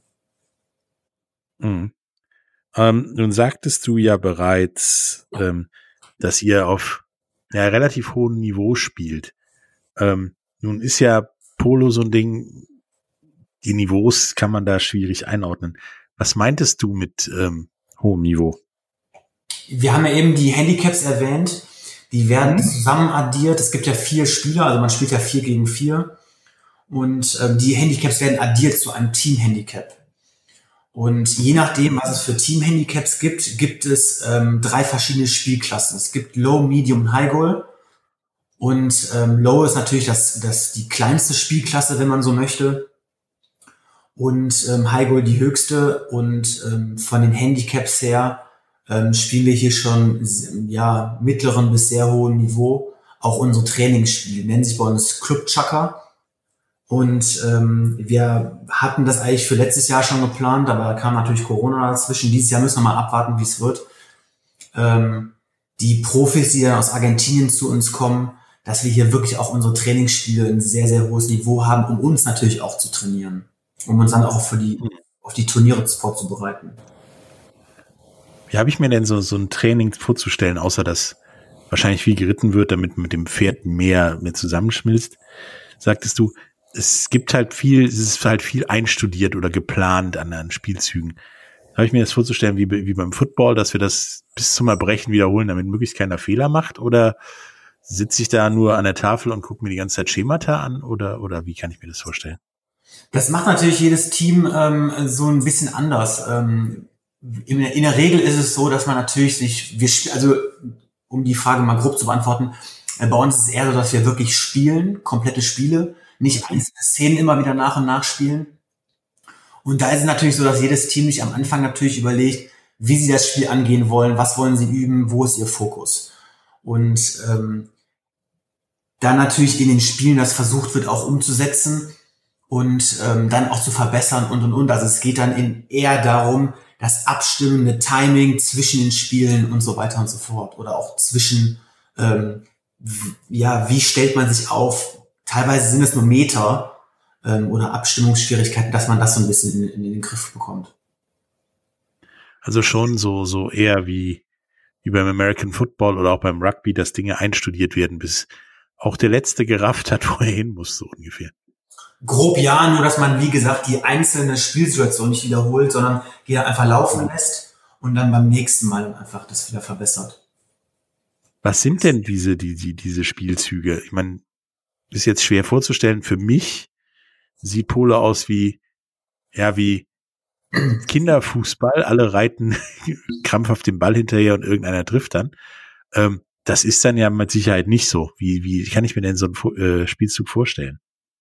Speaker 2: Mhm. Ähm, nun sagtest du ja bereits, ähm, dass ihr auf ja, relativ hohem Niveau spielt. Ähm, nun ist ja Polo so ein Ding, die Niveaus kann man da schwierig einordnen. Was meintest du mit ähm, hohem Niveau?
Speaker 3: Wir haben ja eben die Handicaps erwähnt. Die werden zusammen addiert. Es gibt ja vier Spieler, also man spielt ja vier gegen vier. Und ähm, die Handicaps werden addiert zu einem Team-Handicap. Und je nachdem, was es für Team-Handicaps gibt, gibt es ähm, drei verschiedene Spielklassen. Es gibt Low, Medium und High Goal. Und ähm, Low ist natürlich das, das die kleinste Spielklasse, wenn man so möchte. Und ähm, High Goal die höchste. Und ähm, von den Handicaps her ähm, spielen wir hier schon ja mittleren bis sehr hohen Niveau. Auch unsere Trainingsspiele nennen sich bei uns Club Chukka. Und ähm, wir hatten das eigentlich für letztes Jahr schon geplant, aber da kam natürlich Corona dazwischen. Dieses Jahr müssen wir mal abwarten, wie es wird. Ähm, die Profis, die dann aus Argentinien zu uns kommen, dass wir hier wirklich auch unsere Trainingsspiele ein sehr, sehr hohes Niveau haben, um uns natürlich auch zu trainieren, um uns dann auch für die auf die Turniere vorzubereiten.
Speaker 2: Wie habe ich mir denn so so ein Training vorzustellen, außer dass wahrscheinlich viel geritten wird, damit mit dem Pferd mehr mehr zusammenschmilzt? Sagtest du, es gibt halt viel, es ist halt viel einstudiert oder geplant an, an Spielzügen. Habe ich mir das vorzustellen wie, wie beim Football, dass wir das bis zum Erbrechen wiederholen, damit möglichst keiner Fehler macht? Oder sitze ich da nur an der Tafel und gucke mir die ganze Zeit Schemata an? Oder, oder wie kann ich mir das vorstellen?
Speaker 3: Das macht natürlich jedes Team ähm, so ein bisschen anders. Ähm, in, in der Regel ist es so, dass man natürlich sich, wir sp- also um die Frage mal grob zu beantworten, äh, bei uns ist es eher so, dass wir wirklich spielen, komplette Spiele, nicht einzelne Szenen immer wieder nach und nach spielen. Und da ist es natürlich so, dass jedes Team sich am Anfang natürlich überlegt, wie sie das Spiel angehen wollen, was wollen sie üben, wo ist ihr Fokus. Und ähm, dann natürlich in den Spielen das versucht wird auch umzusetzen und ähm, dann auch zu verbessern und und und. Also es geht dann in eher darum, das abstimmende Timing zwischen den Spielen und so weiter und so fort. Oder auch zwischen, ähm, w- ja, wie stellt man sich auf? Teilweise sind es nur Meter ähm, oder Abstimmungsschwierigkeiten, dass man das so ein bisschen in, in den Griff bekommt.
Speaker 2: Also schon so so eher wie wie beim American Football oder auch beim Rugby, dass Dinge einstudiert werden, bis auch der Letzte gerafft hat, wo er hin muss, so ungefähr.
Speaker 3: grob ja, nur dass man, wie gesagt, die einzelne Spielsituation nicht wiederholt, sondern jeder einfach laufen lässt und dann beim nächsten Mal einfach das wieder verbessert.
Speaker 2: Was sind denn diese, die, die, diese Spielzüge? Ich meine, ist jetzt schwer vorzustellen. Für mich sieht Polo aus wie, ja, wie Kinderfußball. Alle reiten krampfhaft den Ball hinterher und irgendeiner trifft dann. Ähm, das ist dann ja mit Sicherheit nicht so. Wie, wie kann ich mir denn so einen äh, Spielzug vorstellen?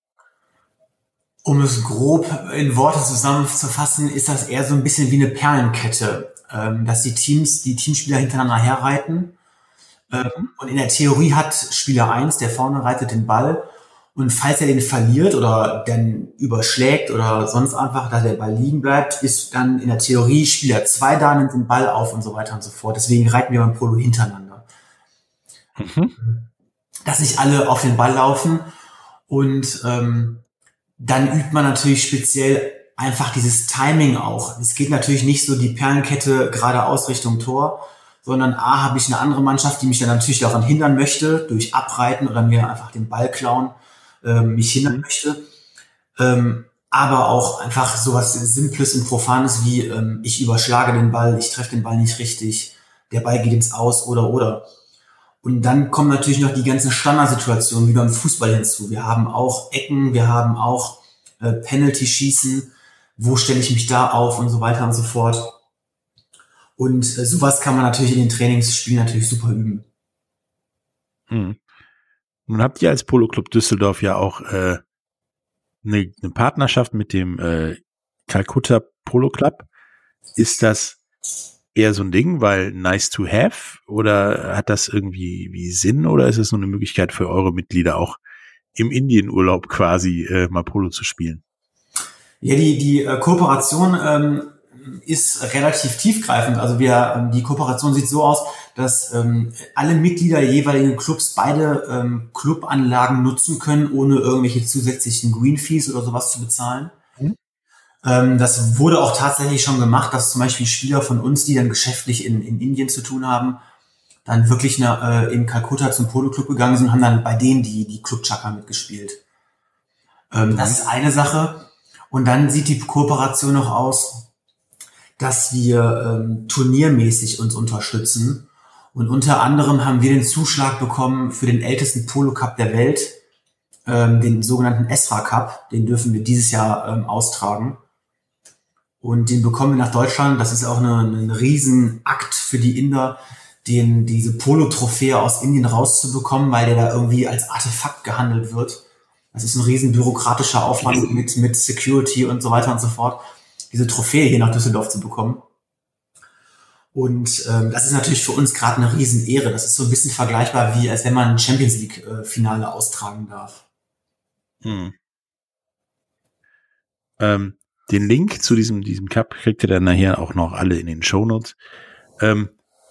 Speaker 3: Um es grob in Worte zusammenzufassen, ist das eher so ein bisschen wie eine Perlenkette, ähm, dass die Teams, die Teamspieler hintereinander herreiten. Ähm, und in der Theorie hat Spieler eins, der vorne reitet, den Ball. Und falls er den verliert oder dann überschlägt oder sonst einfach, dass der Ball liegen bleibt, ist dann in der Theorie Spieler zwei da, nimmt den Ball auf und so weiter und so fort. Deswegen reiten wir beim Polo hintereinander. Mhm. Dass nicht alle auf den Ball laufen. Und ähm, dann übt man natürlich speziell einfach dieses Timing auch. Es geht natürlich nicht so die Perlenkette geradeaus Richtung Tor, sondern A, habe ich eine andere Mannschaft, die mich dann natürlich daran hindern möchte, durch Abreiten oder mir einfach den Ball klauen, ähm, mich hindern möchte. Ähm, aber auch einfach sowas Simples und Profanes wie ähm, ich überschlage den Ball, ich treffe den Ball nicht richtig, der Ball geht ins Aus oder oder. Und dann kommen natürlich noch die ganzen Standardsituationen wie beim Fußball hinzu. Wir haben auch Ecken, wir haben auch äh, Penalty-Schießen, wo stelle ich mich da auf und so weiter und so fort. Und äh, sowas kann man natürlich in den Trainingsspielen natürlich super üben.
Speaker 2: Hm. Nun habt ihr als Polo Club Düsseldorf ja auch äh, eine, eine Partnerschaft mit dem äh, Calcutta Polo Club. Ist das eher so ein Ding, weil nice to have, oder hat das irgendwie wie Sinn, oder ist es nur eine Möglichkeit für eure Mitglieder auch im Indienurlaub quasi äh, mal Polo zu spielen?
Speaker 3: Ja, die die äh, Kooperation ähm, ist relativ tiefgreifend. Also wir ähm, die Kooperation sieht so aus, dass ähm, alle Mitglieder der jeweiligen Clubs beide ähm, Clubanlagen nutzen können, ohne irgendwelche zusätzlichen Green Fees oder sowas zu bezahlen. Mhm. Ähm, das wurde auch tatsächlich schon gemacht, dass zum Beispiel Spieler von uns, die dann geschäftlich in, in Indien zu tun haben, dann wirklich eine, äh, in Kalkutta zum Polo-Club gegangen sind und haben dann bei denen die, die Club-Chaka mitgespielt. Ähm, mhm. Das ist eine Sache. Und dann sieht die Kooperation noch aus, dass wir ähm, turniermäßig uns unterstützen. Und unter anderem haben wir den Zuschlag bekommen für den ältesten Polo-Cup der Welt, ähm, den sogenannten Esra Cup. Den dürfen wir dieses Jahr ähm, austragen. Und den bekommen wir nach Deutschland. Das ist auch eine, ein Riesenakt für die Inder, den diese Polo-Trophäe aus Indien rauszubekommen, weil der da irgendwie als Artefakt gehandelt wird. Das ist ein riesen bürokratischer Aufwand mit, mit Security und so weiter und so fort, diese Trophäe hier nach Düsseldorf zu bekommen. Und ähm, das ist natürlich für uns gerade eine riesen Ehre. Das ist so ein bisschen vergleichbar, wie als wenn man ein Champions League-Finale austragen darf.
Speaker 2: Hm. Ähm, den Link zu diesem, diesem Cup kriegt ihr dann nachher auch noch alle in den Shownotes. Ähm,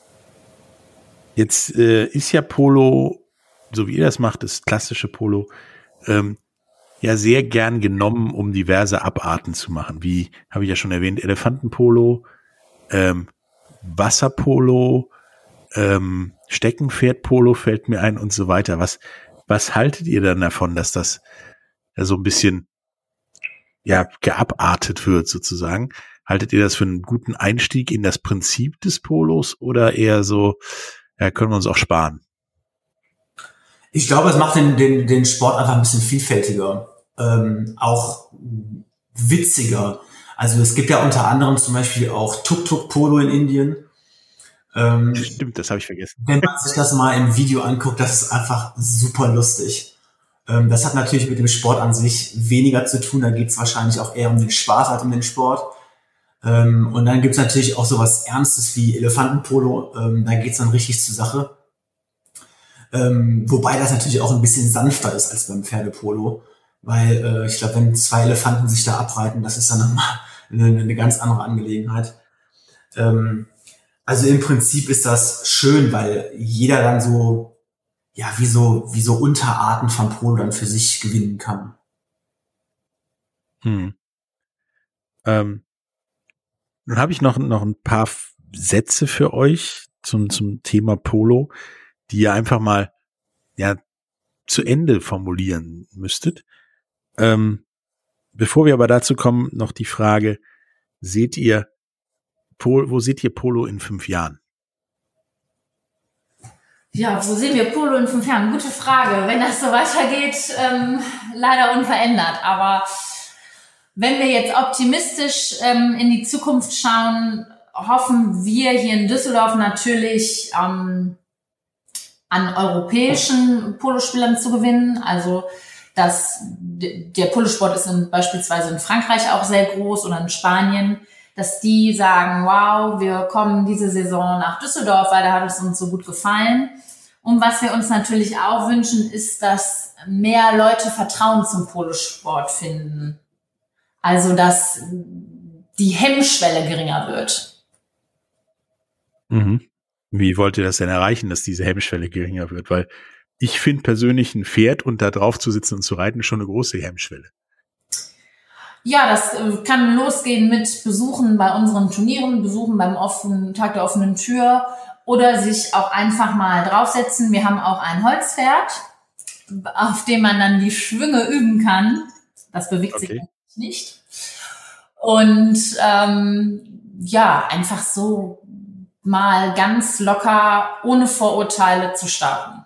Speaker 2: jetzt äh, ist ja Polo, so wie ihr das macht, das klassische Polo, ähm, ja sehr gern genommen, um diverse Abarten zu machen. Wie, habe ich ja schon erwähnt, Elefantenpolo, ähm, Wasserpolo, ähm, Steckenpferdpolo fällt mir ein und so weiter. Was, was haltet ihr dann davon, dass das ja so ein bisschen ja geabartet wird sozusagen? Haltet ihr das für einen guten Einstieg in das Prinzip des Polos oder eher so, ja, können wir uns auch sparen?
Speaker 3: Ich glaube, es macht den, den, den Sport einfach ein bisschen vielfältiger, ähm, auch witziger. Also es gibt ja unter anderem zum Beispiel auch Tuk-Tuk-Polo in Indien. Ähm,
Speaker 2: Stimmt, das habe ich vergessen.
Speaker 3: Wenn man sich das mal im Video anguckt, das ist einfach super lustig. Ähm, das hat natürlich mit dem Sport an sich weniger zu tun. Da geht es wahrscheinlich auch eher um den Spaß als um den Sport. Ähm, und dann gibt es natürlich auch sowas Ernstes wie Elefantenpolo. Ähm, da geht es dann richtig zur Sache. Ähm, wobei das natürlich auch ein bisschen sanfter ist als beim Pferdepolo, weil äh, ich glaube, wenn zwei Elefanten sich da abreiten, das ist dann nochmal eine, eine ganz andere Angelegenheit. Ähm, also im Prinzip ist das schön, weil jeder dann so, ja, wie so, wie so Unterarten von Polo dann für sich gewinnen kann.
Speaker 2: Hm. Ähm, nun habe ich noch, noch ein paar Sätze für euch zum, zum Thema Polo, die ihr einfach mal ja zu Ende formulieren müsstet. Ähm, bevor wir aber dazu kommen, noch die Frage, seht ihr, Pol, wo seht ihr Polo in fünf Jahren?
Speaker 4: Ja, wo sehen wir Polo in fünf Jahren? Gute Frage. Wenn das so weitergeht, ähm, leider unverändert. Aber wenn wir jetzt optimistisch ähm, in die Zukunft schauen, hoffen wir hier in Düsseldorf natürlich ähm, an europäischen Polospielern zu gewinnen. Also dass der Polosport ist in, beispielsweise in Frankreich auch sehr groß oder in Spanien, dass die sagen, wow, wir kommen diese Saison nach Düsseldorf, weil da hat es uns so gut gefallen. Und was wir uns natürlich auch wünschen, ist, dass mehr Leute Vertrauen zum Polosport finden. Also, dass die Hemmschwelle geringer wird.
Speaker 2: Mhm. Wie wollt ihr das denn erreichen, dass diese Hemmschwelle geringer wird? Weil ich finde persönlich ein Pferd und da drauf zu sitzen und zu reiten schon eine große Hemmschwelle.
Speaker 4: Ja, das kann losgehen mit Besuchen bei unseren Turnieren, Besuchen beim offenen, Tag der offenen Tür oder sich auch einfach mal draufsetzen. Wir haben auch ein Holzpferd, auf dem man dann die Schwünge üben kann. Das bewegt okay. sich nicht. Und ähm, ja, einfach so mal ganz locker, ohne Vorurteile zu starten.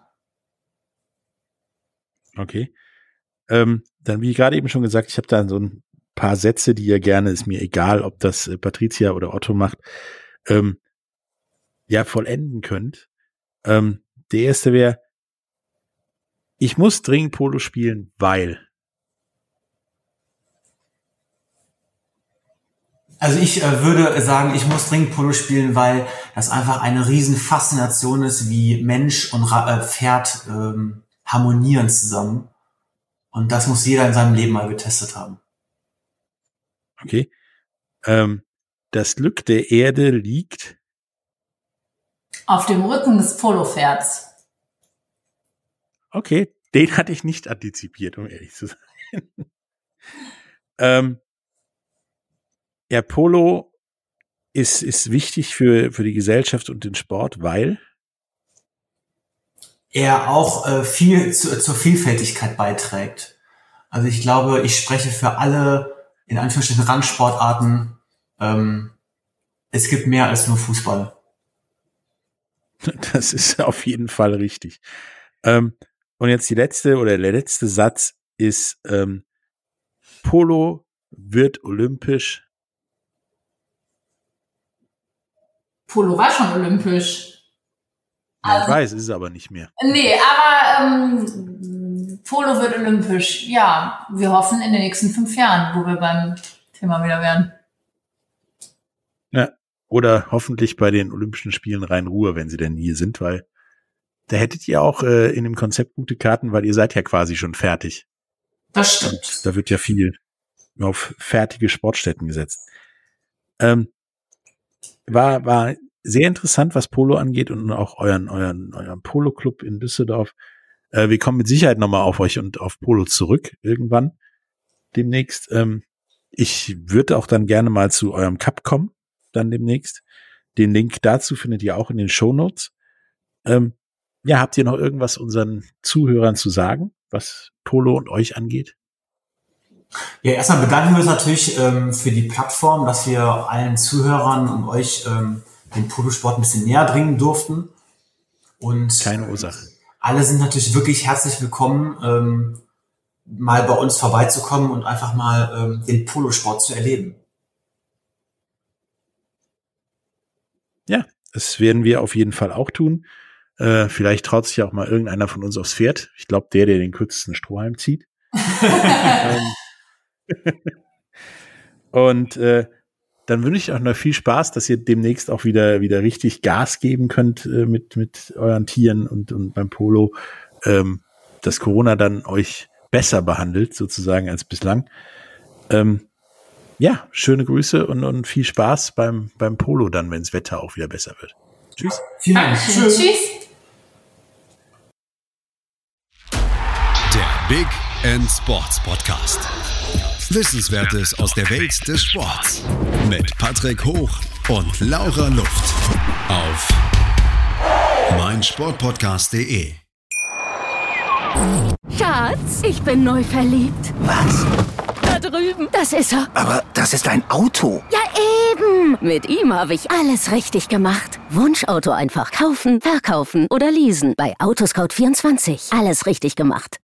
Speaker 2: Okay. Ähm, dann, wie gerade eben schon gesagt, ich habe da so ein paar Sätze, die ihr gerne, ist mir egal, ob das äh, Patricia oder Otto macht, ähm, ja, vollenden könnt. Ähm, der erste wäre, ich muss dringend Polo spielen, weil.
Speaker 3: Also ich äh, würde sagen, ich muss dringend Polo spielen, weil das einfach eine riesen Faszination ist, wie Mensch und Ra- äh, Pferd ähm, harmonieren zusammen. Und das muss jeder in seinem Leben mal getestet haben.
Speaker 2: Okay. Ähm, das Glück der Erde liegt
Speaker 4: auf dem Rücken des Polopferds.
Speaker 2: Okay, den hatte ich nicht antizipiert, um ehrlich zu sein. ähm, ja, Polo ist, ist wichtig für, für die Gesellschaft und den Sport, weil
Speaker 3: er auch äh, viel zu, zur Vielfältigkeit beiträgt. Also ich glaube, ich spreche für alle, in Anführungsstrichen, Randsportarten. Ähm, es gibt mehr als nur Fußball.
Speaker 2: Das ist auf jeden Fall richtig. Ähm, und jetzt die letzte oder der letzte Satz ist, ähm, Polo wird olympisch.
Speaker 4: Polo war schon olympisch.
Speaker 2: Ja, ich weiß, ist es aber nicht mehr.
Speaker 4: Nee, aber ähm, Polo wird olympisch. Ja, wir hoffen in den nächsten fünf Jahren, wo wir beim Thema wieder werden.
Speaker 2: Ja, oder hoffentlich bei den Olympischen Spielen Rhein-Ruhr, wenn sie denn hier sind, weil da hättet ihr auch äh, in dem Konzept gute Karten, weil ihr seid ja quasi schon fertig.
Speaker 4: Das stimmt.
Speaker 2: Und da wird ja viel auf fertige Sportstätten gesetzt. Ähm, war, war sehr interessant, was Polo angeht und auch euren, euren, euren Polo-Club in Düsseldorf. Äh, wir kommen mit Sicherheit nochmal auf euch und auf Polo zurück irgendwann demnächst. Ähm, ich würde auch dann gerne mal zu eurem Cup kommen, dann demnächst. Den Link dazu findet ihr auch in den Shownotes. Ähm, ja, habt ihr noch irgendwas unseren Zuhörern zu sagen, was Polo und euch angeht?
Speaker 3: Ja, erstmal bedanken wir uns natürlich ähm, für die Plattform, dass wir allen Zuhörern und euch ähm, den Polosport ein bisschen näher bringen durften. Und
Speaker 2: keine Ursache.
Speaker 3: Alle sind natürlich wirklich herzlich willkommen, ähm, mal bei uns vorbeizukommen und einfach mal ähm, den Polosport zu erleben.
Speaker 2: Ja, das werden wir auf jeden Fall auch tun. Äh, vielleicht traut sich auch mal irgendeiner von uns aufs Pferd. Ich glaube, der, der den kürzesten Strohhalm zieht. ähm, und äh, dann wünsche ich euch noch viel Spaß, dass ihr demnächst auch wieder wieder richtig Gas geben könnt äh, mit mit euren Tieren und und beim Polo, ähm, dass Corona dann euch besser behandelt sozusagen als bislang. Ähm, ja, schöne Grüße und und viel Spaß beim beim Polo dann, wenn das Wetter auch wieder besser wird. Tschüss.
Speaker 3: Vielen Dank.
Speaker 4: Tschüss. Tschüss.
Speaker 1: Der Big End Sports Podcast. Wissenswertes aus der Welt des Sports. Mit Patrick Hoch und Laura Luft. Auf meinsportpodcast punkt de.
Speaker 5: Schatz, ich bin neu verliebt.
Speaker 6: Was?
Speaker 5: Da drüben. Das ist er.
Speaker 6: Aber das ist ein Auto.
Speaker 5: Ja, eben. Mit ihm habe ich alles richtig gemacht. Wunschauto einfach kaufen, verkaufen oder leasen. Bei Autoscout vierundzwanzig. Alles richtig gemacht.